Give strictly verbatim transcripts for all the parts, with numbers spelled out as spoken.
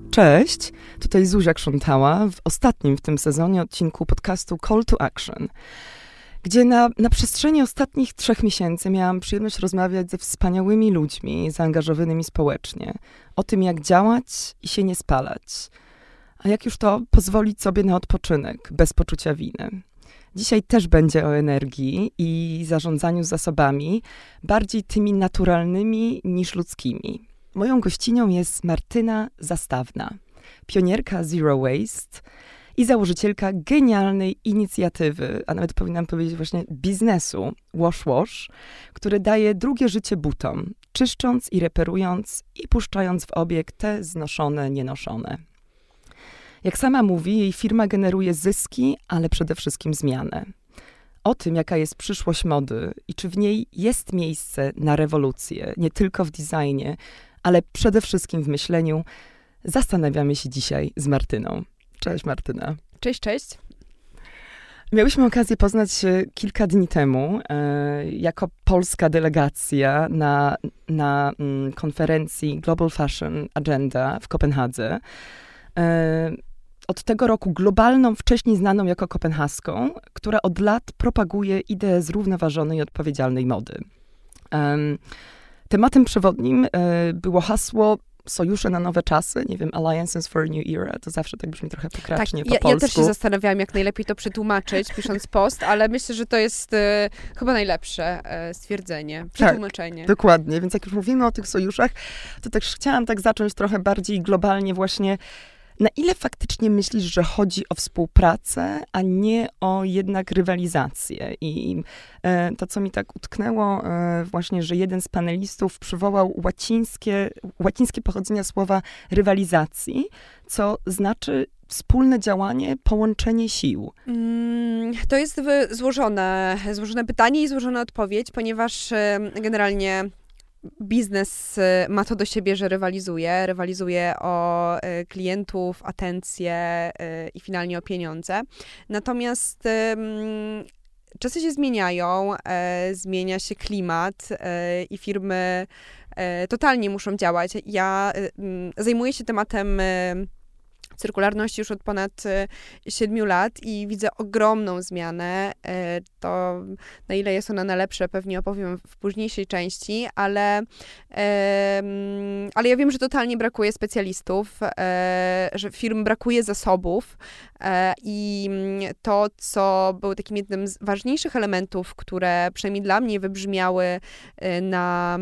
Cześć, tutaj Zuzia Krzątała w ostatnim w tym sezonie odcinku podcastu Call to Action, gdzie na, na przestrzeni ostatnich trzech miesięcy miałam przyjemność rozmawiać ze wspaniałymi ludźmi zaangażowanymi społecznie o tym, jak działać i się nie spalać, a jak już to pozwolić sobie na odpoczynek bez poczucia winy. Dzisiaj też będzie o energii i zarządzaniu zasobami, bardziej tymi naturalnymi niż ludzkimi. Moją gościnią jest Martyna Zastawna, pionierka Zero Waste i założycielka genialnej inicjatywy, a nawet powinnam powiedzieć właśnie biznesu Wash Wash, który daje drugie życie butom, czyszcząc i reperując i puszczając w obieg te znoszone, nienoszone. Jak sama mówi, jej firma generuje zyski, ale przede wszystkim zmianę. O tym, jaka jest przyszłość mody i czy w niej jest miejsce na rewolucję, nie tylko w designie, ale przede wszystkim w myśleniu, zastanawiamy się dzisiaj z Martyną. Cześć Martyna. Cześć, cześć. Miałyśmy okazję poznać się kilka dni temu e, jako polska delegacja na, na mm, konferencji Global Fashion Agenda w Kopenhadze. E, Od tego roku globalną, wcześniej znaną jako kopenhaską, która od lat propaguje ideę zrównoważonej i odpowiedzialnej mody. Um, tematem przewodnim e, było hasło Sojusze na nowe czasy, nie wiem, Alliances for a New Era, to zawsze tak brzmi trochę pokracznie tak, po ja, polsku. Ja też się zastanawiałam, jak najlepiej to przetłumaczyć, pisząc post, ale myślę, że to jest e, chyba najlepsze e, stwierdzenie, przetłumaczenie. Tak, dokładnie, więc jak już mówimy o tych sojuszach, to też chciałam tak zacząć trochę bardziej globalnie właśnie. Na ile faktycznie myślisz, że chodzi o współpracę, a nie o jednak rywalizację? I e, to, co mi tak utknęło, e, właśnie, że jeden z panelistów przywołał łacińskie, łacińskie pochodzenia słowa rywalizacji, co znaczy wspólne działanie, połączenie sił. Mm, to jest złożone, złożone pytanie i złożona odpowiedź, ponieważ e, generalnie biznes ma to do siebie, że rywalizuje. Rywalizuje o y, klientów, atencję y, i finalnie o pieniądze. Natomiast y, czasy się zmieniają, y, zmienia się klimat y, i firmy y, totalnie muszą działać. Ja y, zajmuję się tematem y, cyrkularności już od ponad siedmiu lat i widzę ogromną zmianę. To na ile jest ona na lepsze, pewnie opowiem w późniejszej części, ale, ale ja wiem, że totalnie brakuje specjalistów, że firm brakuje zasobów i to, co było takim jednym z ważniejszych elementów, które przynajmniej dla mnie wybrzmiały na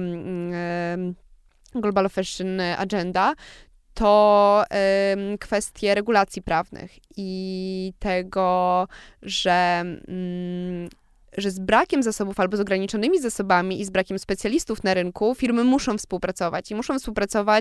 Global Fashion Agenda, to ym, kwestie regulacji prawnych i tego, że, ym, że z brakiem zasobów albo z ograniczonymi zasobami i z brakiem specjalistów na rynku firmy muszą współpracować i muszą współpracować,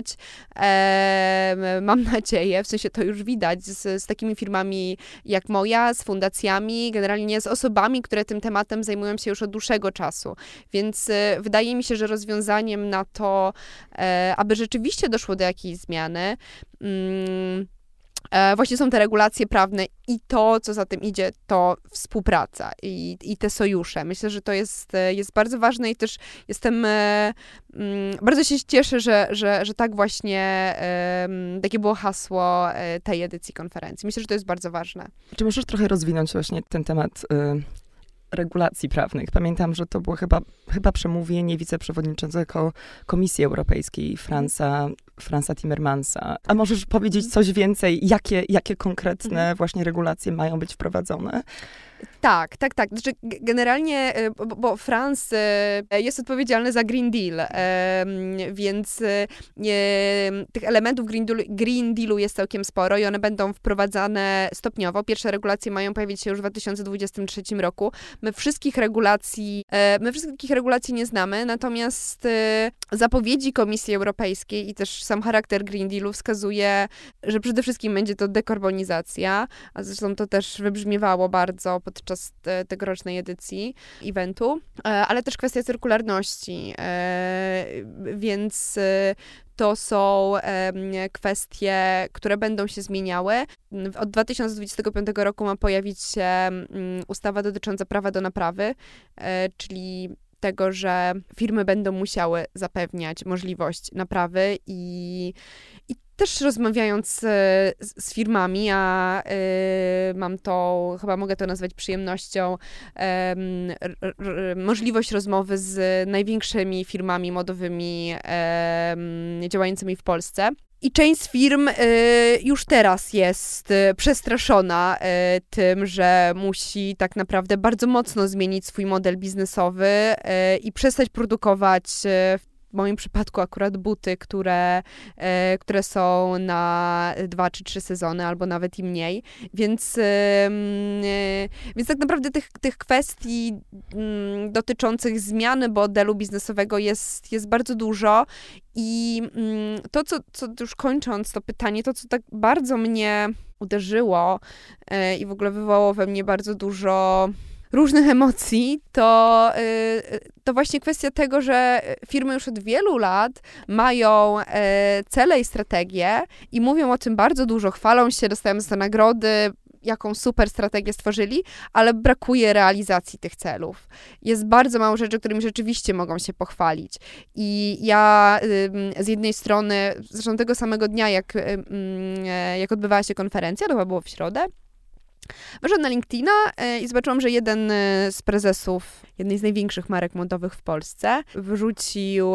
e, mam nadzieję, w sensie to już widać, z, z takimi firmami jak moja, z fundacjami, generalnie z osobami, które tym tematem zajmują się już od dłuższego czasu. Więc e, wydaje mi się, że rozwiązaniem na to, e, aby rzeczywiście doszło do jakiejś zmiany, mm, E, właśnie są te regulacje prawne i to, co za tym idzie, to współpraca i, i te sojusze. Myślę, że to jest, jest bardzo ważne i też jestem, e, m, bardzo się cieszę, że, że, że tak właśnie, e, takie było hasło e, tej edycji konferencji. Myślę, że to jest bardzo ważne. Czy możesz trochę rozwinąć właśnie ten temat y- regulacji prawnych? Pamiętam, że to było chyba, chyba przemówienie wiceprzewodniczącego Komisji Europejskiej, Franza, Franza Timmermansa. A możesz powiedzieć coś więcej, jakie, jakie konkretne właśnie regulacje mają być wprowadzone? Tak, tak, tak. Znaczy, generalnie, bo, bo Franz jest odpowiedzialny za Green Deal, więc tych elementów Green Dealu, Green Dealu jest całkiem sporo i one będą wprowadzane stopniowo. Pierwsze regulacje mają pojawić się już w dwa tysiące dwudziestym trzecim roku. My wszystkich regulacji, my wszystkich regulacji nie znamy, natomiast zapowiedzi Komisji Europejskiej i też sam charakter Green Dealu wskazuje, że przede wszystkim będzie to dekarbonizacja, a zresztą to też wybrzmiewało bardzo podczas te, tegorocznej edycji eventu, ale też kwestia cyrkularności, więc to są kwestie, które będą się zmieniały. Od dwa tysiące dwudziestego piątego roku ma pojawić się ustawa dotycząca prawa do naprawy, czyli tego, że firmy będą musiały zapewniać możliwość naprawy i, i też rozmawiając z, z firmami, a y, mam to, chyba mogę to nazwać przyjemnością, y, r, r, możliwość rozmowy z największymi firmami modowymi y, działającymi w Polsce. I część z firm y, już teraz jest y, przestraszona y, tym, że musi tak naprawdę bardzo mocno zmienić swój model biznesowy y, i przestać produkować y, w moim przypadku akurat buty, które, e, które są na dwa czy trzy sezony, albo nawet i mniej. Więc, e, więc tak naprawdę tych, tych kwestii m, dotyczących zmiany modelu biznesowego jest, jest bardzo dużo. I m, to, co, co już kończąc to pytanie, to, co tak bardzo mnie uderzyło e, i w ogóle wywołało we mnie bardzo dużo różnych emocji, to, to właśnie kwestia tego, że firmy już od wielu lat mają cele i strategie i mówią o tym bardzo dużo, chwalą się, dostają za to nagrody, jaką super strategię stworzyli, ale brakuje realizacji tych celów. Jest bardzo mało rzeczy, którymi rzeczywiście mogą się pochwalić. I ja z jednej strony, zresztą tego samego dnia, jak, jak odbywała się konferencja, to chyba było w środę, weszłam na LinkedIna i zobaczyłam, że jeden z prezesów jednej z największych marek modowych w Polsce wrzucił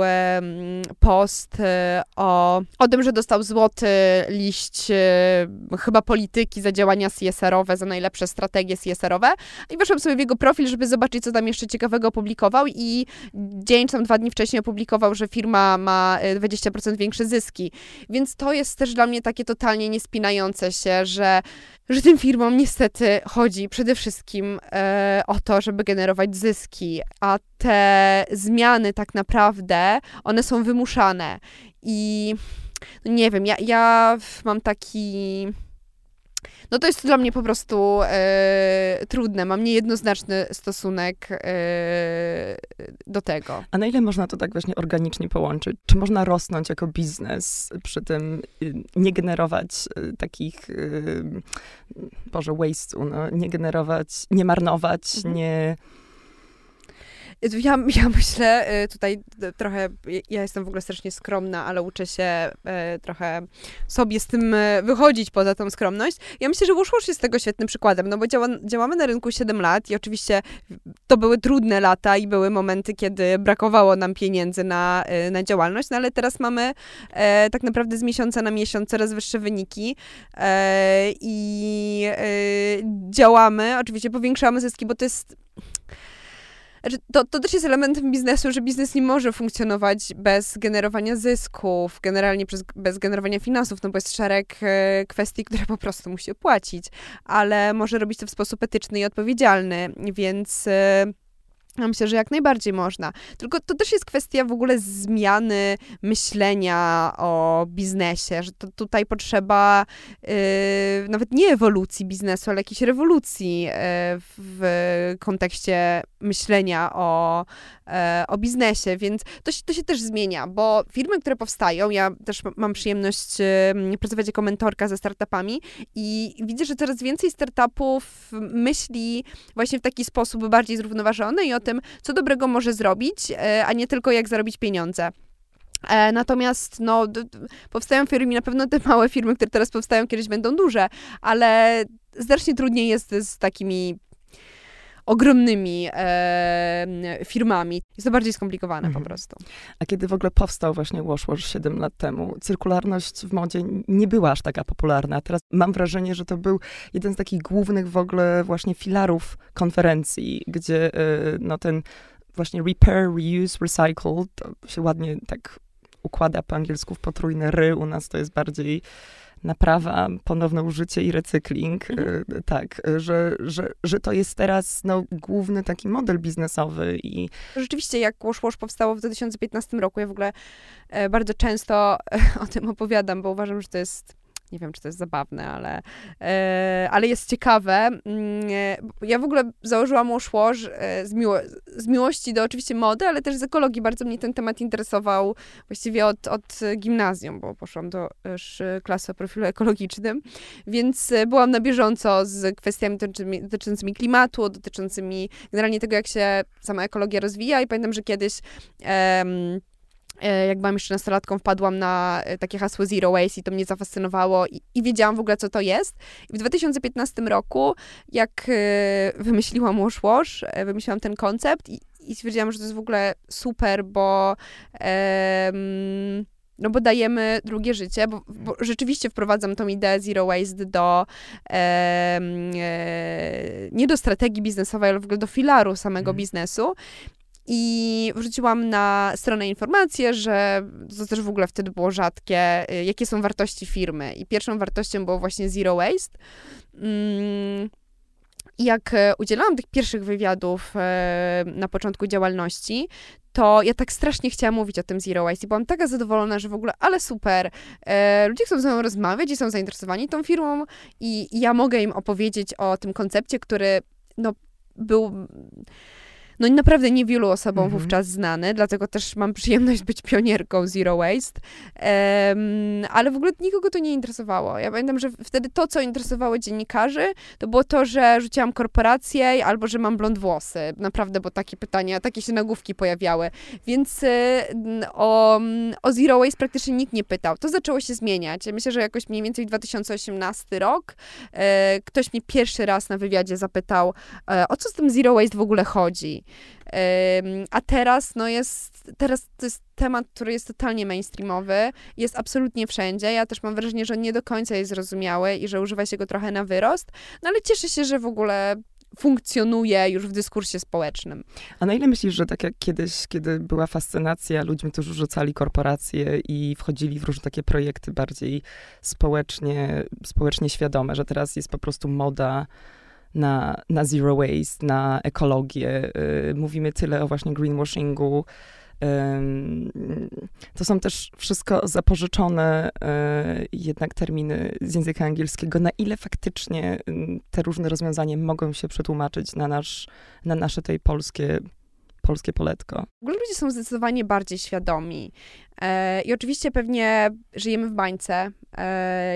post o, o tym, że dostał złoty liść chyba polityki za działania C S R-owe, za najlepsze strategie C S R-owe. I weszłam sobie w jego profil, żeby zobaczyć, co tam jeszcze ciekawego opublikował, i dzień, tam dwa dni wcześniej opublikował, że firma ma dwadzieścia procent większe zyski. Więc to jest też dla mnie takie totalnie niespinające się, że że tym firmom niestety chodzi przede wszystkim e, o to, żeby generować zyski, a te zmiany tak naprawdę, one są wymuszane. I no nie wiem, ja, ja mam taki... No to jest dla mnie po prostu e, trudne. Mam niejednoznaczny stosunek e, do tego. A na ile można to tak właśnie organicznie połączyć? Czy można rosnąć jako biznes, przy tym nie generować takich, Boże, waste'u, no, nie generować, nie marnować, mhm. nie... Ja, ja myślę, tutaj trochę, ja jestem w ogóle strasznie skromna, ale uczę się e, trochę sobie z tym wychodzić poza tą skromność. Ja myślę, że Washwash jest tego świetnym przykładem, no bo działa, działamy na rynku siedem lat i oczywiście to były trudne lata i były momenty, kiedy brakowało nam pieniędzy na, na działalność, no ale teraz mamy e, tak naprawdę z miesiąca na miesiąc coraz wyższe wyniki e, i e, działamy, oczywiście powiększamy zyski, bo to jest... To, to też jest elementem biznesu, że biznes nie może funkcjonować bez generowania zysków, generalnie przez, bez generowania finansów, no bo jest szereg e, kwestii, które po prostu musi opłacić, ale może robić to w sposób etyczny i odpowiedzialny, więc... E, Ja myślę, że jak najbardziej można. Tylko to też jest kwestia w ogóle zmiany myślenia o biznesie, że to tutaj potrzeba yy, nawet nie ewolucji biznesu, ale jakiejś rewolucji yy, w kontekście myślenia o, yy, o biznesie, więc to się, to się też zmienia, bo firmy, które powstają, ja też mam przyjemność yy, pracować jako mentorka ze startupami i widzę, że coraz więcej startupów myśli właśnie w taki sposób bardziej zrównoważony i o tym, co dobrego może zrobić, a nie tylko jak zarobić pieniądze. Natomiast no, powstają firmy, na pewno te małe firmy, które teraz powstają, kiedyś będą duże, ale znacznie trudniej jest z takimi ogromnymi e, firmami. Jest to bardziej skomplikowane mhm. po prostu. A kiedy w ogóle powstał właśnie Washwash siedem lat temu, cyrkularność w modzie nie była aż taka popularna. Teraz mam wrażenie, że to był jeden z takich głównych w ogóle właśnie filarów konferencji, gdzie e, no ten właśnie repair, reuse, recycle, to się ładnie tak układa po angielsku w potrójne ry. U nas to jest bardziej naprawa, ponowne użycie i recykling, mhm. tak, że, że, że to jest teraz no, główny taki model biznesowy. I rzeczywiście, jak Washwash powstało w dwa tysiące piętnastym roku, ja w ogóle e, bardzo często e, o tym opowiadam, bo uważam, że to jest, nie wiem, czy to jest zabawne, ale, e, ale jest ciekawe. E, ja w ogóle założyłam Washwash e, z, miło, z miłości do oczywiście mody, ale też z ekologii. Bardzo mnie ten temat interesował właściwie od, od gimnazjum, bo poszłam do e, klasy o profilu ekologicznym, więc e, byłam na bieżąco z kwestiami dotyczącymi, dotyczącymi klimatu, dotyczącymi generalnie tego, jak się sama ekologia rozwija i pamiętam, że kiedyś e, jak byłam jeszcze nastolatką, wpadłam na takie hasło Zero Waste i to mnie zafascynowało i, i wiedziałam w ogóle, co to jest. I w dwa tysiące piętnastym roku, jak wymyśliłam Wash Wash, wymyśliłam ten koncept i, i stwierdziłam, że to jest w ogóle super, bo um, no bo dajemy drugie życie, bo, bo rzeczywiście wprowadzam tą ideę Zero Waste do e, e, nie do strategii biznesowej, ale w ogóle do filaru samego mm. biznesu. I wrzuciłam na stronę informację, że to też w ogóle wtedy było rzadkie, jakie są wartości firmy. I pierwszą wartością było właśnie Zero Waste. I jak udzielałam tych pierwszych wywiadów na początku działalności, to ja tak strasznie chciałam mówić o tym Zero Waste i byłam taka zadowolona, że w ogóle, ale super, ludzie chcą ze mną rozmawiać i są zainteresowani tą firmą i, i ja mogę im opowiedzieć o tym koncepcie, który no, był... No i naprawdę niewielu osobom mhm. wówczas znany, dlatego też mam przyjemność być pionierką Zero Waste, um, ale w ogóle nikogo to nie interesowało. Ja pamiętam, że wtedy to, co interesowało dziennikarzy, to było to, że rzuciłam korporację albo, że mam blond włosy. Naprawdę, bo takie pytania, takie się nagłówki pojawiały. Więc y, o, o Zero Waste praktycznie nikt nie pytał. To zaczęło się zmieniać. Myślę, że jakoś mniej więcej dwa tysiące osiemnasty rok y, ktoś mnie pierwszy raz na wywiadzie zapytał, y, o co z tym Zero Waste w ogóle chodzi. A teraz, no jest, teraz to jest temat, który jest totalnie mainstreamowy, jest absolutnie wszędzie. Ja też mam wrażenie, że on nie do końca jest zrozumiały i że używa się go trochę na wyrost, no ale cieszę się, że w ogóle funkcjonuje już w dyskursie społecznym. A na ile myślisz, że tak jak kiedyś, kiedy była fascynacja ludźmi, którzy rzucali korporacje i wchodzili w różne takie projekty bardziej społecznie, społecznie świadome, że teraz jest po prostu moda na, na zero waste, na ekologię. Yy, mówimy tyle o właśnie greenwashingu. Yy, to są też wszystko zapożyczone yy, jednak terminy z języka angielskiego. Na ile faktycznie yy, te różne rozwiązania mogą się przetłumaczyć na, nasz, na nasze tej polskie polskie poletko. W ogóle ludzie są zdecydowanie bardziej świadomi. E, I oczywiście pewnie żyjemy w bańce. E,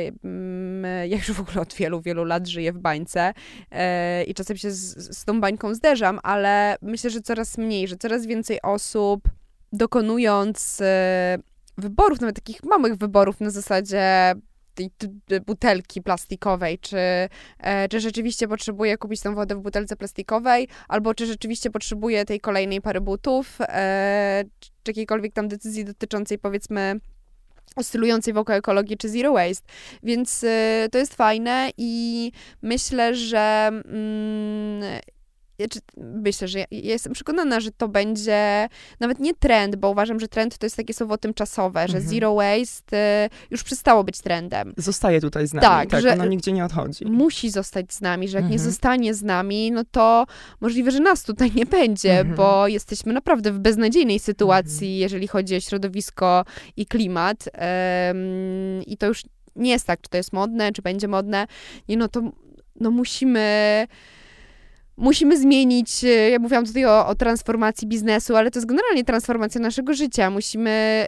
ja już w ogóle od wielu, wielu lat żyję w bańce e, i czasem się z, z tą bańką zderzam, ale myślę, że coraz mniej, że coraz więcej osób dokonując e, wyborów, nawet takich małych wyborów na zasadzie tej butelki plastikowej, czy, e, czy rzeczywiście potrzebuję kupić tą wodę w butelce plastikowej, albo czy rzeczywiście potrzebuję tej kolejnej pary butów, e, czy jakiejkolwiek tam decyzji dotyczącej, powiedzmy, oscylującej wokół ekologii czy zero waste. Więc y, to jest fajne i myślę, że mm, Myślę, że ja, ja jestem przekonana, że to będzie nawet nie trend, bo uważam, że trend to jest takie słowo tymczasowe, mhm. że zero waste y, już przestało być trendem. Zostaje tutaj z nami, tak, tak że ono nigdzie nie odchodzi. Musi zostać z nami, że jak mhm. nie zostanie z nami, no to możliwe, że nas tutaj nie będzie, mhm. bo jesteśmy naprawdę w beznadziejnej sytuacji, mhm. jeżeli chodzi o środowisko i klimat. Ym, I to już nie jest tak, czy to jest modne, czy będzie modne. Nie, no to no musimy... Musimy zmienić, ja mówiłam tutaj o, o transformacji biznesu, ale to jest generalnie transformacja naszego życia. Musimy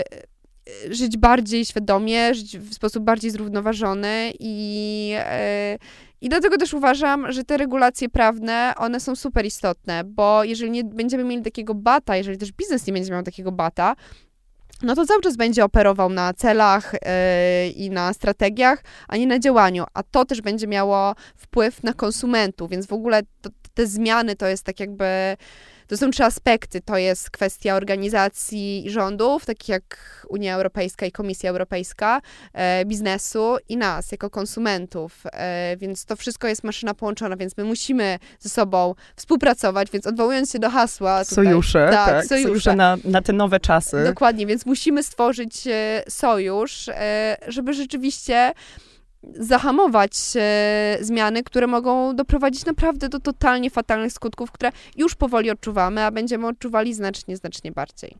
y, żyć bardziej świadomie, żyć w sposób bardziej zrównoważony i, y, i dlatego też uważam, że te regulacje prawne, one są super istotne, bo jeżeli nie będziemy mieli takiego bata, jeżeli też biznes nie będzie miał takiego bata, no to cały czas będzie operował na celach yy, i na strategiach, a nie na działaniu. A to też będzie miało wpływ na konsumentów, więc w ogóle to, te zmiany to jest tak jakby... To są trzy aspekty. To jest kwestia organizacji rządów, takich jak Unia Europejska i Komisja Europejska, e, biznesu i nas, jako konsumentów. E, więc to wszystko jest maszyna połączona, więc my musimy ze sobą współpracować, więc odwołując się do hasła... Tutaj, sojusze, tak, tak sojusze, sojusze na, na te nowe czasy. Dokładnie, więc musimy stworzyć e, sojusz, e, żeby rzeczywiście... zahamować e, zmiany, które mogą doprowadzić naprawdę do totalnie fatalnych skutków, które już powoli odczuwamy, a będziemy odczuwali znacznie, znacznie bardziej.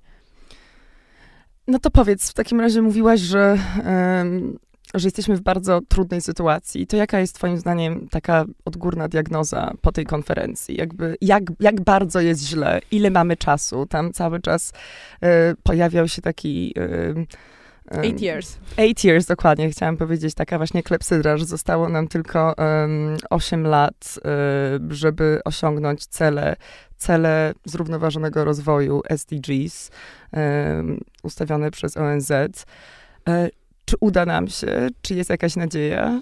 No to powiedz, w takim razie mówiłaś, że, y, że jesteśmy w bardzo trudnej sytuacji. To jaka jest twoim zdaniem taka odgórna diagnoza po tej konferencji? Jakby, jak, jak bardzo jest źle? Ile mamy czasu? Tam cały czas y, pojawiał się taki... Y, Eight years. Eight years, dokładnie. Chciałam powiedzieć, taka właśnie klepsydra, że zostało nam tylko um, osiem lat, y, żeby osiągnąć cele cele zrównoważonego rozwoju S D Gs um, ustawione przez O N Z. E, czy uda nam się? Czy jest jakaś nadzieja?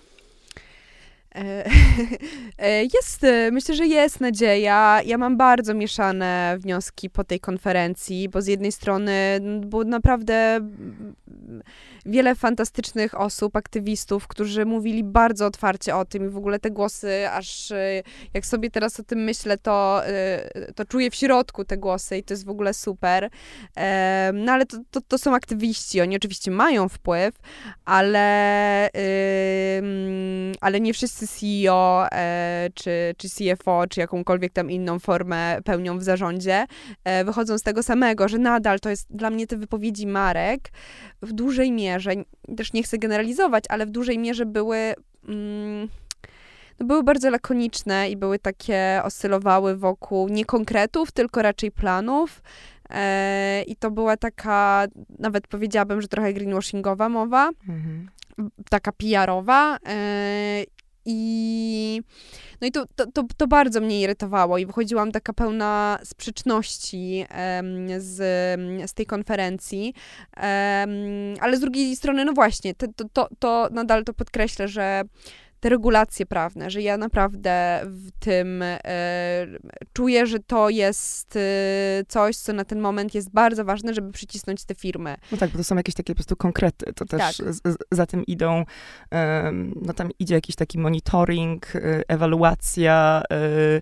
Jest, myślę, że jest nadzieja. Ja mam bardzo mieszane wnioski po tej konferencji, bo z jednej strony było naprawdę wiele fantastycznych osób, aktywistów, którzy mówili bardzo otwarcie o tym i w ogóle te głosy, aż jak sobie teraz o tym myślę, to, to czuję w środku te głosy i to jest w ogóle super. No ale to, to, to są aktywiści, oni oczywiście mają wpływ, ale, ale nie wszyscy C E O czy, czy C F O, czy jakąkolwiek tam inną formę pełnią w zarządzie, wychodzą z tego samego, że nadal to jest dla mnie te wypowiedzi marek w dużej mierze, też nie chcę generalizować, ale w dużej mierze były mm, no były bardzo lakoniczne i były takie, oscylowały wokół nie konkretów, tylko raczej planów. E, I to była taka, nawet powiedziałabym, że trochę greenwashingowa mowa, mhm. taka P R-owa. E, I no i to, to, to, to bardzo mnie irytowało i wychodziłam taka pełna sprzeczności um, z, z tej konferencji, um, ale z drugiej strony, no właśnie, to, to, to, to nadal to podkreślę, że te regulacje prawne, że ja naprawdę w tym e, czuję, że to jest e, coś, co na ten moment jest bardzo ważne, żeby przycisnąć te firmy. No tak, bo to są jakieś takie po prostu konkrety. To też tak. z, za tym idą, um, no tam idzie jakiś taki monitoring, y, ewaluacja, y,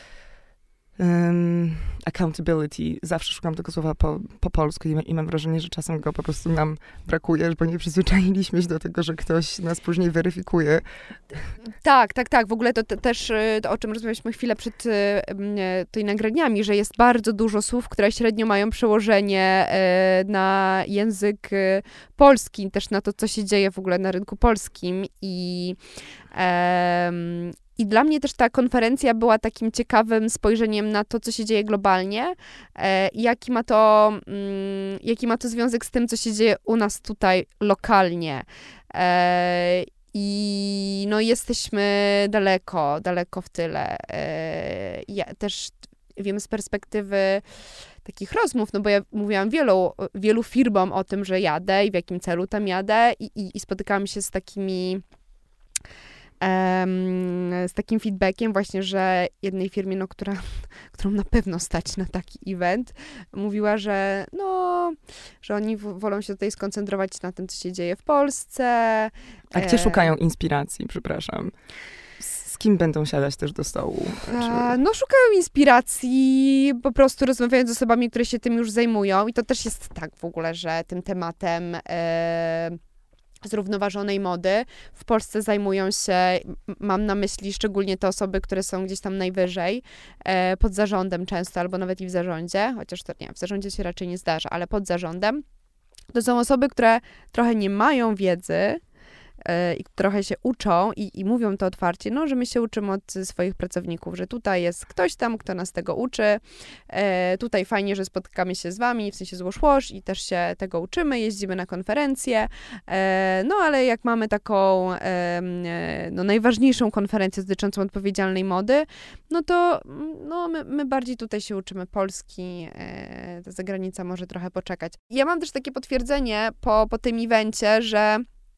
um, accountability. Zawsze szukam tego słowa po, po polsku i, i mam wrażenie, że czasem go po prostu nam brakuje, bo nie przyzwyczailiśmy się do tego, że ktoś nas później weryfikuje. Tak, tak, tak. W ogóle to, to też, to, o czym rozmawialiśmy chwilę przed tymi nagraniami, że jest bardzo dużo słów, które średnio mają przełożenie na język polski, też na to, co się dzieje w ogóle na rynku polskim i um, I dla mnie też ta konferencja była takim ciekawym spojrzeniem na to, co się dzieje globalnie, e, jaki ma to, mm, jaki ma to związek z tym, co się dzieje u nas tutaj lokalnie. E, I no jesteśmy daleko, daleko w tyle. E, ja też wiem z perspektywy takich rozmów, no bo ja mówiłam wielu, wielu firmom o tym, że jadę i w jakim celu tam jadę i, i, i spotykałam się z takimi z takim feedbackiem właśnie, że jednej firmie, no, która, którą na pewno stać na taki event, mówiła, że no, że oni w- wolą się tutaj skoncentrować na tym, co się dzieje w Polsce. A gdzie e... szukają inspiracji, przepraszam? Z kim będą siadać też do stołu? Czy... No, szukają inspiracji, po prostu rozmawiając z osobami, które się tym już zajmują i to też jest tak w ogóle, że tym tematem e... zrównoważonej mody w Polsce zajmują się, mam na myśli szczególnie te osoby, które są gdzieś tam najwyżej, e, pod zarządem często, albo nawet i w zarządzie, chociaż to nie, w zarządzie się raczej nie zdarza, ale pod zarządem. To są osoby, które trochę nie mają wiedzy i trochę się uczą i, i mówią to otwarcie, no, że my się uczymy od swoich pracowników, że tutaj jest ktoś tam, kto nas tego uczy, e, tutaj fajnie, że spotykamy się z wami, w sensie z Wash Wash i też się tego uczymy, jeździmy na konferencje, e, no, ale jak mamy taką e, no, najważniejszą konferencję dotyczącą odpowiedzialnej mody, no to no, my, my bardziej tutaj się uczymy Polski, e, ta zagranica może trochę poczekać. Ja mam też takie potwierdzenie po, po tym evencie, że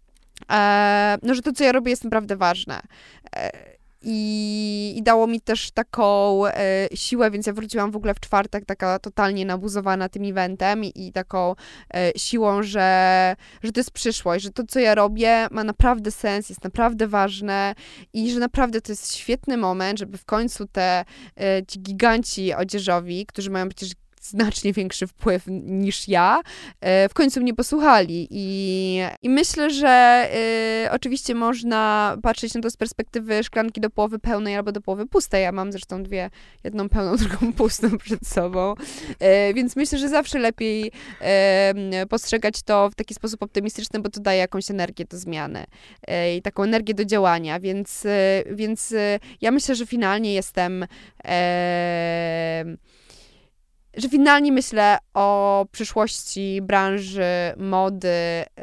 E, no, że to, co ja robię, jest naprawdę ważne. E, i, I dało mi też taką e, siłę, więc ja wróciłam w ogóle w czwartek taka totalnie nabuzowana tym eventem i, i taką e, siłą, że, że to jest przyszłość, że to, co ja robię, ma naprawdę sens, jest naprawdę ważne i że naprawdę to jest świetny moment, żeby w końcu te e, ci giganci odzieżowi, którzy mają przecież znacznie większy wpływ niż ja, w końcu mnie posłuchali. I, i myślę, że y, oczywiście można patrzeć na to z perspektywy szklanki do połowy pełnej albo do połowy pustej. Ja mam zresztą dwie, jedną pełną, drugą pustą przed sobą. Y, więc myślę, że zawsze lepiej y, postrzegać to w taki sposób optymistyczny, bo to daje jakąś energię do zmiany y, i taką energię do działania. Więc, y, więc y, ja myślę, że finalnie jestem y, że finalnie myślę o przyszłości branży mody yy,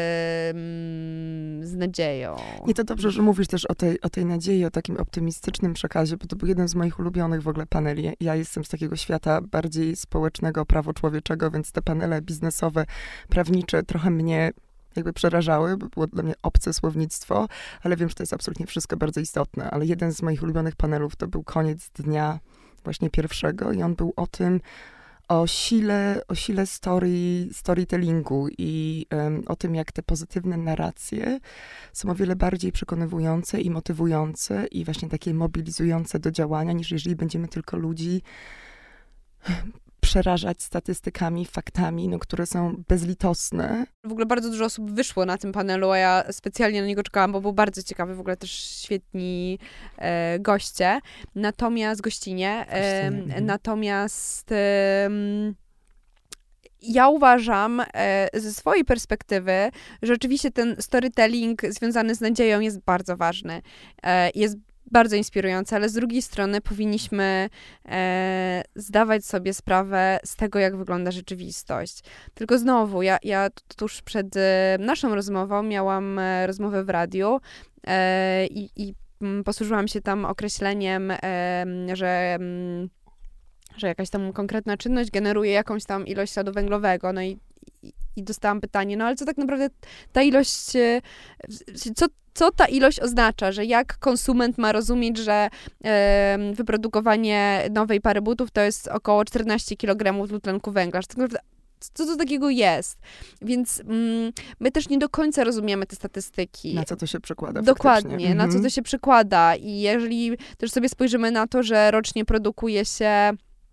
z nadzieją. Nie, to dobrze, że mówisz też o tej, o tej nadziei, o takim optymistycznym przekazie, bo to był jeden z moich ulubionych w ogóle paneli. Ja jestem z takiego świata bardziej społecznego, prawo-człowieczego, więc te panele biznesowe, prawnicze trochę mnie jakby przerażały, bo było dla mnie obce słownictwo, ale wiem, że to jest absolutnie wszystko bardzo istotne. Ale jeden z moich ulubionych panelów to był koniec dnia właśnie pierwszego i on był o tym, o sile, o sile story, storytellingu i um, o tym, jak te pozytywne narracje są o wiele bardziej przekonywujące i motywujące i właśnie takie mobilizujące do działania, niż jeżeli będziemy tylko ludzi przerażać statystykami, faktami, no, które są bezlitosne. W ogóle bardzo dużo osób wyszło na tym panelu, a ja specjalnie na niego czekałam, bo był bardzo ciekawy, w ogóle też świetni e, goście. Natomiast gościnie, e, Gościnie, natomiast e, ja uważam e, ze swojej perspektywy, że oczywiście ten storytelling związany z nadzieją jest bardzo ważny. E, jest bardzo inspirujące, ale z drugiej strony powinniśmy e, zdawać sobie sprawę z tego, jak wygląda rzeczywistość. Tylko znowu, ja, ja tuż przed e, naszą rozmową miałam e, rozmowę w radiu e, i, i m, posłużyłam się tam określeniem, e, że... M, że jakaś tam konkretna czynność generuje jakąś tam ilość śladu węglowego, no i, i, i dostałam pytanie, no ale co tak naprawdę ta ilość, co, co ta ilość oznacza, że jak konsument ma rozumieć, że e, wyprodukowanie nowej pary butów to jest około czternaście kilogramów dwutlenku węgla, że tak naprawdę co to takiego jest? Więc mm, my też nie do końca rozumiemy te statystyki. Na co to się przekłada? Dokładnie, faktycznie. na Mhm. co to się przekłada. I jeżeli też sobie spojrzymy na to, że rocznie produkuje się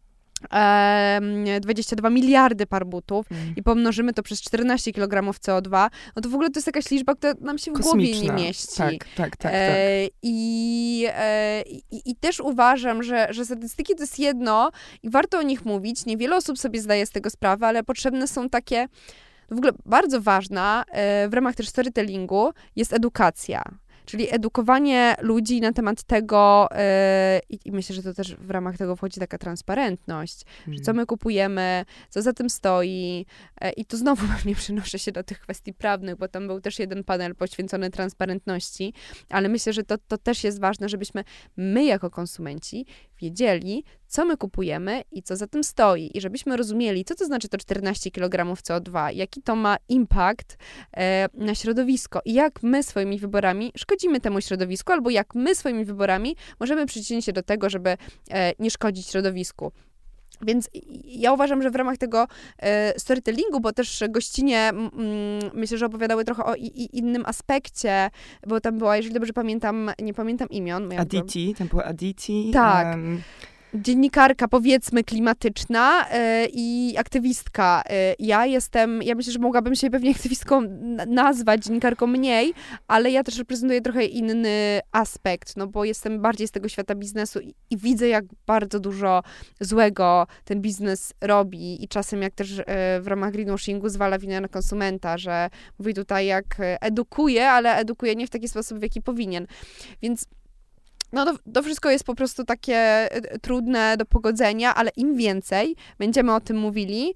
dwadzieścia dwa miliardy par butów mm. i pomnożymy to przez czternaście kilogramów C O dwa, no to w ogóle to jest jakaś liczba, która nam się w Kosmiczna. głowie nie mieści. Tak, tak, tak. tak. E, i, e, i, I też uważam, że, że statystyki to jest jedno i warto o nich mówić. Niewiele osób sobie zdaje z tego sprawę, ale potrzebne są takie, w ogóle bardzo ważna e, w ramach też storytellingu jest edukacja. Czyli edukowanie ludzi na temat tego, yy, i myślę, że to też w ramach tego wchodzi taka transparentność, mm. że co my kupujemy, co za tym stoi. Yy, I tu znowu pewnie przenoszę się do tych kwestii prawnych, bo tam był też jeden panel poświęcony transparentności, ale myślę, że to, to też jest ważne, żebyśmy my jako konsumenci wiedzieli, co my kupujemy i co za tym stoi. I żebyśmy rozumieli, co to znaczy to czternaście kilogramów C O dwa, jaki to ma impact e, na środowisko i jak my swoimi wyborami szkodzimy temu środowisku, albo jak my swoimi wyborami możemy przyczynić się do tego, żeby e, nie szkodzić środowisku. Więc ja uważam, że w ramach tego e, storytellingu, bo też gościnie mm, myślę, że opowiadały trochę o i, i innym aspekcie, bo tam była, jeżeli dobrze pamiętam, nie pamiętam imion. Aditi, tam była Aditi. Tak. Um... Dziennikarka, powiedzmy, klimatyczna y, i aktywistka. Y, ja jestem, ja myślę, że mogłabym się pewnie aktywistką nazwać, dziennikarką mniej, ale ja też reprezentuję trochę inny aspekt, no bo jestem bardziej z tego świata biznesu i, i widzę, jak bardzo dużo złego ten biznes robi i czasem jak też y, w ramach greenwashingu zwala winę na konsumenta, że mówi tutaj jak edukuje, ale edukuje nie w taki sposób, w jaki powinien. Więc no to, to wszystko jest po prostu takie trudne do pogodzenia, ale im więcej będziemy o tym mówili,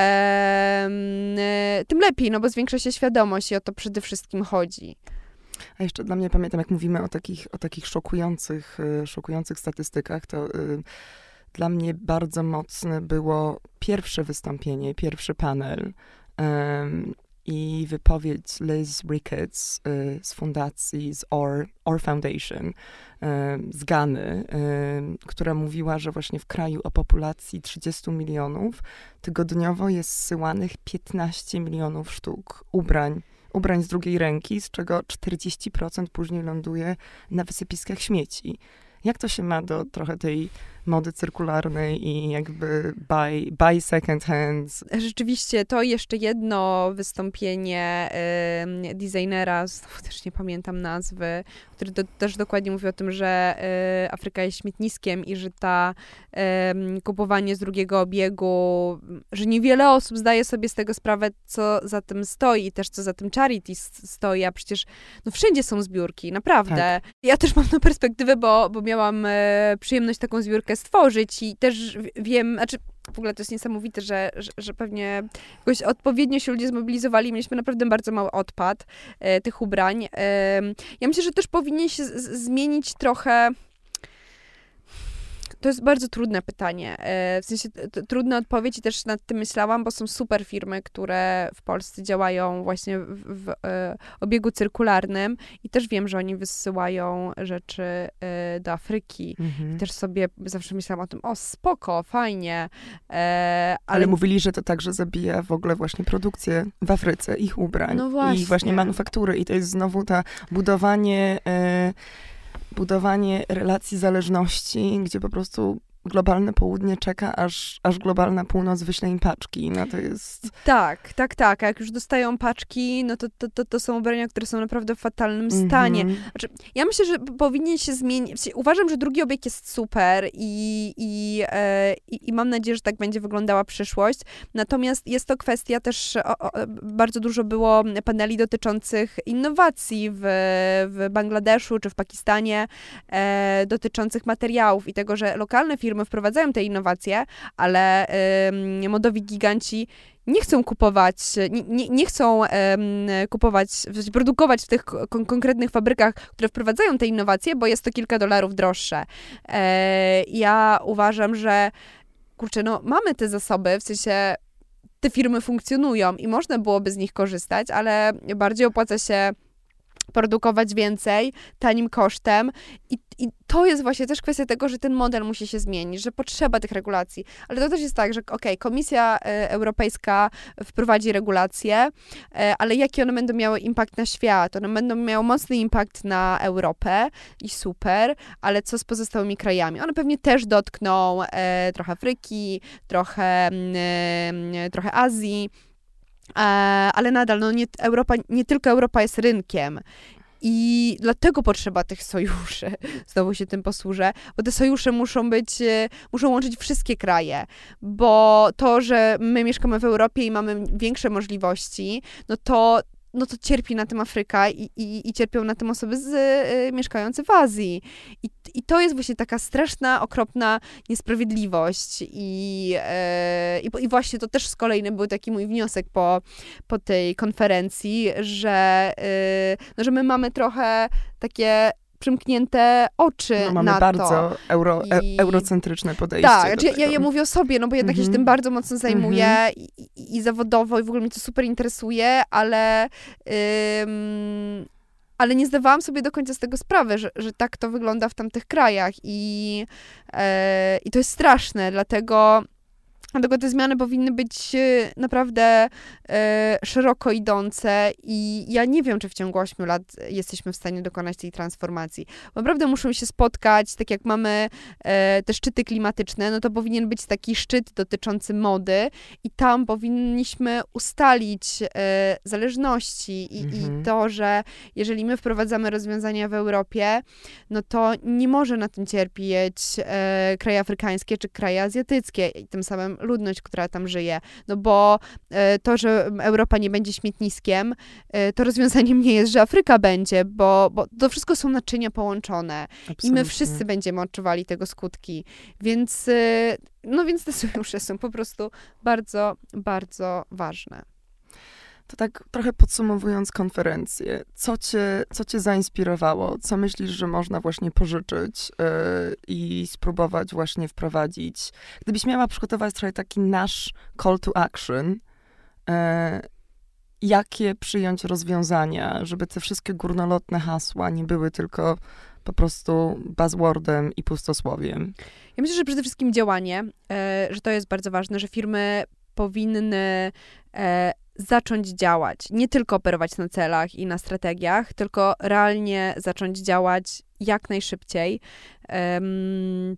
e, tym lepiej, no bo zwiększa się świadomość i o to przede wszystkim chodzi. A jeszcze dla mnie, pamiętam, jak mówimy o takich, o takich szokujących, szokujących statystykach, to y, dla mnie bardzo mocne było pierwsze wystąpienie, pierwszy panel um, i wypowiedź Liz Ricketts y, z fundacji, z O R, O R Foundation, y, z Gany, y, która mówiła, że właśnie w kraju o populacji trzydziestu milionów tygodniowo jest zsyłanych piętnaście milionów sztuk ubrań, ubrań z drugiej ręki, z czego czterdzieści procent później ląduje na wysypiskach śmieci. Jak to się ma do trochę tej mody cyrkularnej i jakby buy, buy second hands? Rzeczywiście, to jeszcze jedno wystąpienie y, designera, też nie pamiętam nazwy, który do, też dokładnie mówi o tym, że y, Afryka jest śmietniskiem i że ta y, kupowanie z drugiego obiegu, że niewiele osób zdaje sobie z tego sprawę, co za tym stoi i też co za tym charity stoi, a przecież no, wszędzie są zbiórki, naprawdę. Tak. Ja też mam tą perspektywę, bo, bo miałam y, przyjemność taką zbiórkę stworzyć i też wiem, znaczy w ogóle to jest niesamowite, że, że, że pewnie jakoś odpowiednio się ludzie zmobilizowali. Mieliśmy naprawdę bardzo mały odpad e, tych ubrań. E, ja myślę, że też powinien się z, z, zmienić trochę. To jest bardzo trudne pytanie. W sensie t- trudna odpowiedź i też nad tym myślałam, bo są super firmy, które w Polsce działają właśnie w, w, w obiegu cyrkularnym i też wiem, że oni wysyłają rzeczy do Afryki. Mhm. I też sobie zawsze myślałam o tym, o spoko, fajnie. Ale... ale mówili, że to także zabija w ogóle właśnie produkcję w Afryce, ich ubrań. No właśnie. I właśnie manufaktury. I to jest znowu ta budowanie... E... budowanie relacji zależności, gdzie po prostu globalne południe czeka, aż, aż globalna północ wyśle im paczki. No to jest... Tak, tak, tak. A jak już dostają paczki, no to, to, to, to są ubrania, które są naprawdę w fatalnym stanie. Mm-hmm. Znaczy, ja myślę, że powinien się zmienić. Uważam, że drugi obieg jest super i, i, e, i, i mam nadzieję, że tak będzie wyglądała przyszłość. Natomiast jest to kwestia też, o, o, bardzo dużo było paneli dotyczących innowacji w, w Bangladeszu czy w Pakistanie, e, dotyczących materiałów i tego, że lokalne firmy wprowadzają te innowacje, ale y, modowi giganci nie chcą kupować, nie, nie, nie chcą y, kupować, produkować w tych kon- konkretnych fabrykach, które wprowadzają te innowacje, bo jest to kilka dolarów droższe. Y, ja uważam, że kurczę, no mamy te zasoby, w sensie te firmy funkcjonują i można byłoby z nich korzystać, ale bardziej opłaca się produkować więcej, tanim kosztem i, i to jest właśnie też kwestia tego, że ten model musi się zmienić, że potrzeba tych regulacji. Ale to też jest tak, że okej, okay, Komisja e, Europejska wprowadzi regulacje, e, ale jaki one będą miały impact na świat? One będą miały mocny impact na Europę i super, ale co z pozostałymi krajami? One pewnie też dotkną e, trochę Afryki, trochę, e, trochę Azji, ale nadal, no nie, Europa, nie tylko Europa jest rynkiem i dlatego potrzeba tych sojuszy. Znowu się tym posłużę, bo te sojusze muszą być, muszą łączyć wszystkie kraje, bo to, że my mieszkamy w Europie i mamy większe możliwości, no to no to cierpi na tym Afryka i, i, i cierpią na tym osoby z, y, mieszkające w Azji. I, I to jest właśnie taka straszna, okropna niesprawiedliwość. I, y, i, i właśnie to też z kolei był taki mój wniosek po, po tej konferencji, że, y, no, że my mamy trochę takie przymknięte oczy no, mamy na bardzo to. Euro, I... e, eurocentryczne podejście. Tak, znaczy ja, ja mówię o sobie, no bo jednak mm-hmm. ja się tym bardzo mocno zajmuję mm-hmm. i, i, i zawodowo i w ogóle mnie to super interesuje, ale ym, ale nie zdawałam sobie do końca z tego sprawy, że, że tak to wygląda w tamtych krajach i, e, i to jest straszne, dlatego Dlatego te zmiany powinny być naprawdę e, szeroko idące i ja nie wiem, czy w ciągu ośmiu lat jesteśmy w stanie dokonać tej transformacji. Bo naprawdę muszą się spotkać, tak jak mamy e, te szczyty klimatyczne, no to powinien być taki szczyt dotyczący mody i tam powinniśmy ustalić e, zależności i, mhm. i to, że jeżeli my wprowadzamy rozwiązania w Europie, no to nie może na tym cierpieć e, kraje afrykańskie czy kraje azjatyckie i tym samym ludność, która tam żyje. No bo e, to, że Europa nie będzie śmietniskiem, e, to rozwiązaniem nie jest, że Afryka będzie, bo, bo to wszystko są naczynia połączone. Absolutnie. I my wszyscy będziemy odczuwali tego skutki. Więc, e, no więc te sojusze są po prostu bardzo, bardzo ważne. To tak trochę podsumowując konferencję, co cię, co cię zainspirowało? Co myślisz, że można właśnie pożyczyć yy, i spróbować właśnie wprowadzić? Gdybyś miała przygotować trochę taki nasz call to action, yy, jakie przyjąć rozwiązania, żeby te wszystkie górnolotne hasła nie były tylko po prostu buzzwordem i pustosłowiem? Ja myślę, że przede wszystkim działanie, yy, że to jest bardzo ważne, że firmy powinny yy, zacząć działać, nie tylko operować na celach i na strategiach, tylko realnie zacząć działać jak najszybciej um,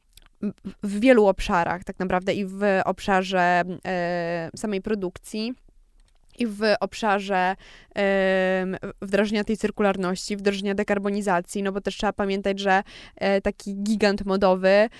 w wielu obszarach tak naprawdę i w obszarze e, samej produkcji i w obszarze um, wdrażania tej cyrkularności, wdrażania dekarbonizacji, no bo też trzeba pamiętać, że e, taki gigant modowy,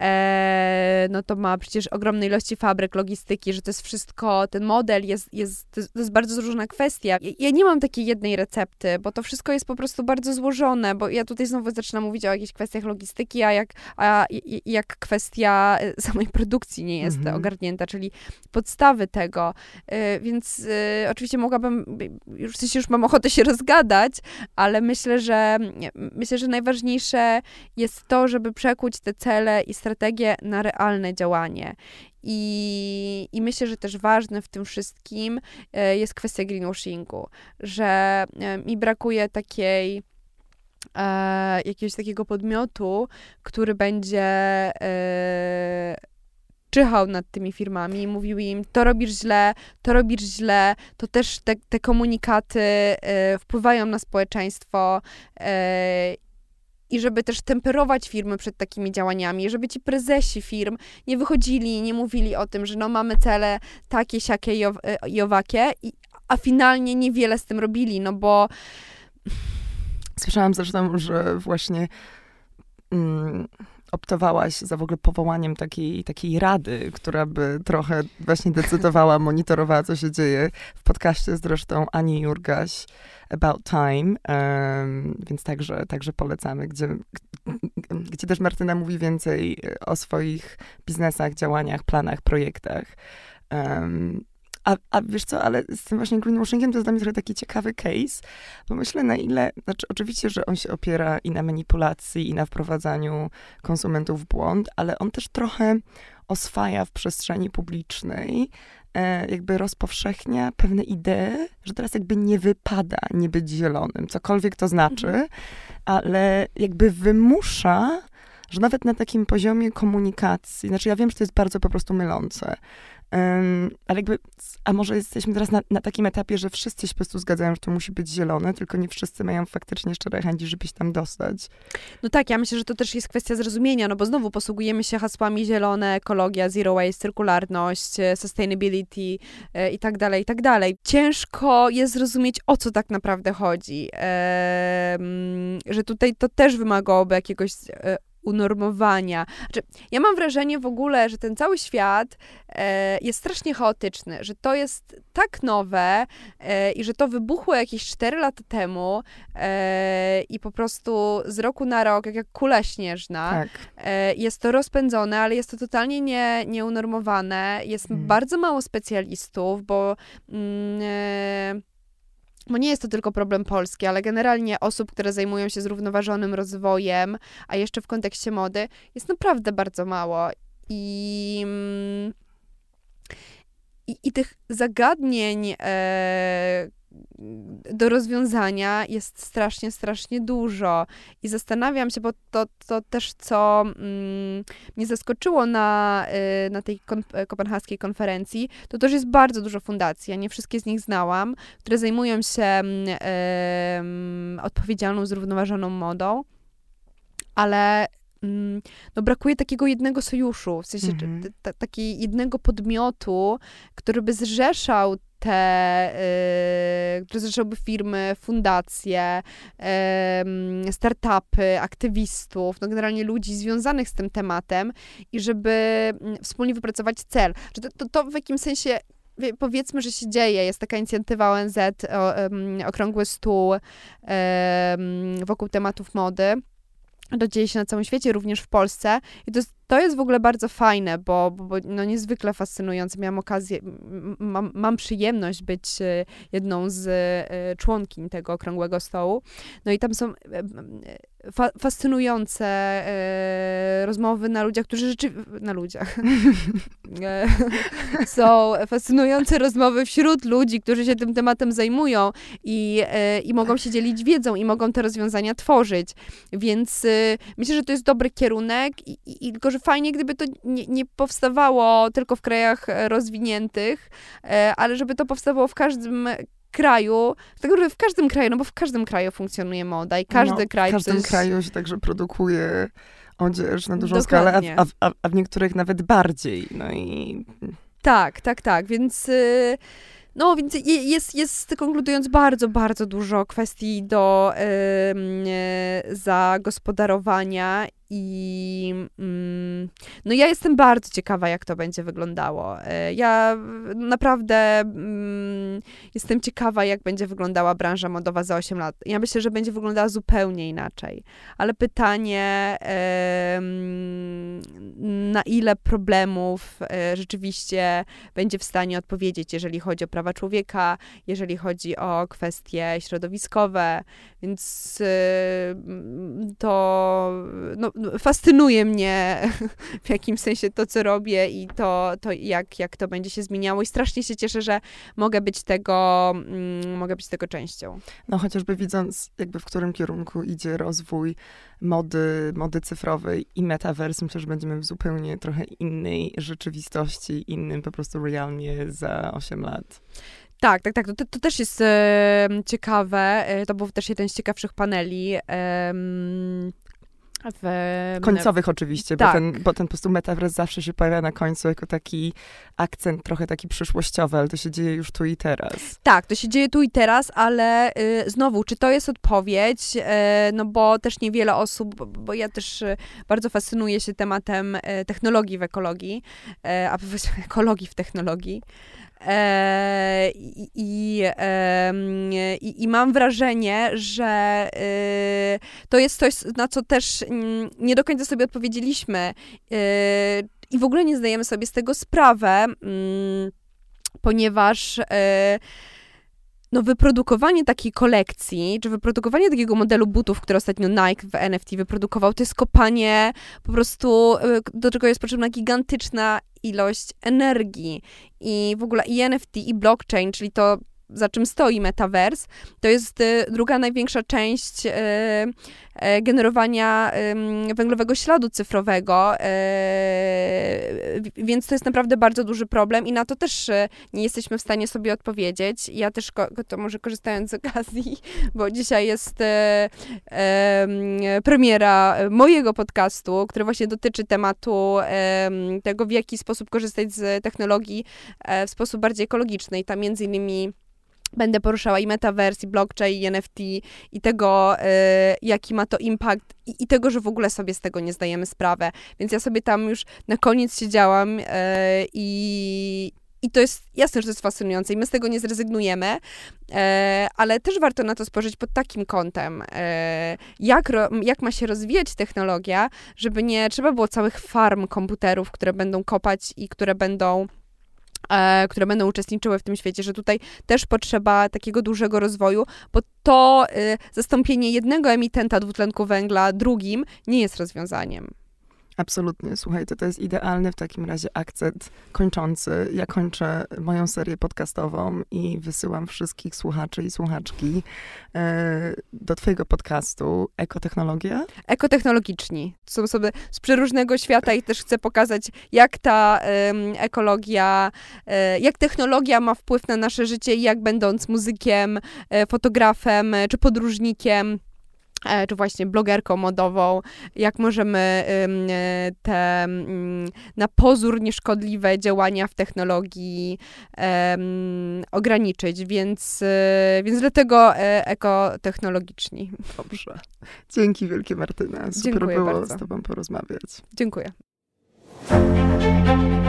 e, no to ma przecież ogromne ilości fabryk, logistyki, że to jest wszystko, ten model jest, jest to, jest, to jest bardzo złożona kwestia. Ja, ja nie mam takiej jednej recepty, bo to wszystko jest po prostu bardzo złożone, bo ja tutaj znowu zaczynam mówić o jakichś kwestiach logistyki, a jak, a jak kwestia samej produkcji nie jest mhm. ogarnięta, czyli podstawy tego, e, więc e, oczywiście mogłabym, już w sensie już mam ochotę się rozgadać, ale myślę, że myślę, że najważniejsze jest to, żeby przekuć te cele i strategie na realne działanie. I, I myślę, że też ważne w tym wszystkim jest kwestia greenwashingu, że mi brakuje takiej e, jakiegoś takiego podmiotu, który będzie e, czyhał nad tymi firmami i mówił im, to robisz źle, to robisz źle, to też te, te komunikaty y, wpływają na społeczeństwo y, i żeby też temperować firmy przed takimi działaniami, żeby ci prezesi firm nie wychodzili, nie mówili o tym, że no mamy cele takie, siakie i, ow, i owakie, i, a finalnie niewiele z tym robili, no bo... Słyszałam zresztą, że właśnie... Mm, optowałaś za w ogóle powołaniem takiej, takiej rady, która by trochę właśnie decydowała, monitorowała, co się dzieje. W podcaście zresztą Ani Jurgaś, About Time, um, więc także, także polecamy, gdzie, gdzie też Martyna mówi więcej o swoich biznesach, działaniach, planach, projektach. Um, A, a wiesz co, ale z tym właśnie greenwashingiem to jest dla mnie trochę taki ciekawy case, bo myślę na ile, znaczy oczywiście, że on się opiera i na manipulacji, i na wprowadzaniu konsumentów w błąd, ale on też trochę oswaja w przestrzeni publicznej, e, jakby rozpowszechnia pewne idee, że teraz jakby nie wypada nie być zielonym, cokolwiek to znaczy, mhm. ale jakby wymusza, że nawet na takim poziomie komunikacji, znaczy ja wiem, że to jest bardzo po prostu mylące, Um, ale jakby, a może jesteśmy teraz na, na takim etapie, że wszyscy się po prostu zgadzają, że to musi być zielone, tylko nie wszyscy mają faktycznie szczere chęci, żeby się tam dostać. No tak, ja myślę, że to też jest kwestia zrozumienia, no bo znowu posługujemy się hasłami zielone, ekologia, zero waste, cyrkularność, sustainability e, i tak dalej, i tak dalej. Ciężko jest zrozumieć, o co tak naprawdę chodzi. E, że tutaj to też wymagałoby jakiegoś e, unormowania. Znaczy, ja mam wrażenie w ogóle, że ten cały świat e, jest strasznie chaotyczny, że to jest tak nowe e, i że to wybuchło jakieś cztery lata temu e, i po prostu z roku na rok, jak, jak kula śnieżna, tak. e, jest to rozpędzone, ale jest to totalnie nie, nieunormowane. Jest hmm. bardzo mało specjalistów, bo mm, e, Bo nie jest to tylko problem polski, ale generalnie osób, które zajmują się zrównoważonym rozwojem, a jeszcze w kontekście mody, jest naprawdę bardzo mało. I, i, i tych zagadnień e, do rozwiązania jest strasznie, strasznie dużo. I zastanawiam się, bo to, to też, co mm, mnie zaskoczyło na, y, na tej kon, kopenhaskiej konferencji, to też jest bardzo dużo fundacji. Ja nie wszystkie z nich znałam, które zajmują się y, y, odpowiedzialną, zrównoważoną modą, ale no brakuje takiego jednego sojuszu, w sensie mm-hmm. t- t- takiego jednego podmiotu, który by zrzeszał te, y, które zrzeszałby firmy, fundacje, y, startupy, aktywistów, no generalnie ludzi związanych z tym tematem i żeby wspólnie wypracować cel. Że to, to, to w jakimś sensie powiedzmy, że się dzieje. Jest taka inicjatywa O N Z, o, um, Okrągły Stół um, wokół tematów mody. To dzieje się na całym świecie, również w Polsce. I to jest, to jest w ogóle bardzo fajne, bo, bo, bo no niezwykle fascynujące. Miałam okazję, mam, mam przyjemność być jedną z członkiń tego Okrągłego Stołu. No i tam są fa- fascynujące e, rozmowy na ludziach, którzy rzeczywiście... Na ludziach. Są fascynujące rozmowy wśród ludzi, którzy się tym tematem zajmują i, e, i mogą się dzielić wiedzą i mogą te rozwiązania tworzyć. Więc e, myślę, że to jest dobry kierunek i, i, i tylko, że fajnie, gdyby to nie, nie powstawało tylko w krajach rozwiniętych, e, ale żeby to powstawało w każdym kraju, tak naprawdę w każdym kraju, no bo w każdym kraju funkcjonuje moda i każdy no, kraj... W każdym coś... kraju się także produkuje odzież na dużą Dokładnie. skalę, a, a, a w niektórych nawet bardziej. No i... Tak, tak, tak, więc... Yy... No, więc jest, jest, konkludując, bardzo, bardzo dużo kwestii do y, zagospodarowania i mm, no ja jestem bardzo ciekawa, jak to będzie wyglądało. Ja naprawdę mm, jestem ciekawa, jak będzie wyglądała branża modowa za osiem lat. Ja myślę, że będzie wyglądała zupełnie inaczej. Ale pytanie, y, na ile problemów y, rzeczywiście będzie w stanie odpowiedzieć, jeżeli chodzi o prawa człowieka, jeżeli chodzi o kwestie środowiskowe, więc y, to no, fascynuje mnie w jakimś sensie to, co robię i to, to jak, jak to będzie się zmieniało i strasznie się cieszę, że mogę być tego, mm, mogę być tego częścią. No chociażby widząc jakby w którym kierunku idzie rozwój mody, mody cyfrowej i metaverse, myślę, że będziemy w zupełnie trochę innej rzeczywistości, innym po prostu realnie za osiem lat. Tak, tak, tak. To, to też jest e, ciekawe. To był też jeden z ciekawszych paneli. E, W, końcowych oczywiście, tak. bo, ten, bo ten po prostu metaverse zawsze się pojawia na końcu jako taki akcent trochę taki przyszłościowy, ale to się dzieje już tu i teraz. Tak, to się dzieje tu i teraz, ale y, znowu, czy to jest odpowiedź? Y, no bo też niewiele osób, bo, bo ja też y, bardzo fascynuję się tematem y, technologii w ekologii, y, a właściwie ekologii w technologii. E, i, i, e, i, I mam wrażenie, że e, to jest coś, na co też m, nie do końca sobie odpowiedzieliśmy e, i w ogóle nie zdajemy sobie z tego sprawę, m, ponieważ e, no wyprodukowanie takiej kolekcji, czy wyprodukowanie takiego modelu butów, które ostatnio Nike w N F T wyprodukował, to jest kopanie po prostu, do czego jest potrzebna gigantyczna ilość energii. I w ogóle i N F T, i blockchain, czyli to, za czym stoi metaverse, to jest y, druga największa część y, y, generowania y, węglowego śladu cyfrowego, y, więc to jest naprawdę bardzo duży problem i na to też y, nie jesteśmy w stanie sobie odpowiedzieć. Ja też, ko- to może korzystając z okazji, bo dzisiaj jest y, y, premiera mojego podcastu, który właśnie dotyczy tematu y, tego, w jaki sposób korzystać z technologii y, w sposób bardziej ekologiczny i tam między innymi będę poruszała i metaverse, i blockchain, i N F T, i tego, y, jaki ma to impact, i, i tego, że w ogóle sobie z tego nie zdajemy sprawy. Więc ja sobie tam już na koniec siedziałam y, i, i to jest jasne, że to jest fascynujące i my z tego nie zrezygnujemy, y, ale też warto na to spojrzeć pod takim kątem, y, jak, ro, jak ma się rozwijać technologia, żeby nie trzeba było całych farm komputerów, które będą kopać i które będą E, które będą uczestniczyły w tym świecie, że tutaj też potrzeba takiego dużego rozwoju, bo to y, zastąpienie jednego emitenta dwutlenku węgla drugim nie jest rozwiązaniem. Absolutnie. Słuchaj, to, to jest idealny w takim razie akcent kończący. Ja kończę moją serię podcastową i wysyłam wszystkich słuchaczy i słuchaczki e, do twojego podcastu Ekotechnologia. Ekotechnologiczni. To są osoby z przeróżnego świata i też chcę pokazać, jak ta um, ekologia, e, jak technologia ma wpływ na nasze życie i jak będąc muzykiem, e, fotografem e, czy podróżnikiem, czy właśnie blogerką modową, jak możemy te na pozór nieszkodliwe działania w technologii um, ograniczyć, więc, więc dlatego ekotechnologiczni. Dobrze. Dzięki wielkie, Martyna. Super Dziękuję było bardzo. z tobą porozmawiać. Dziękuję.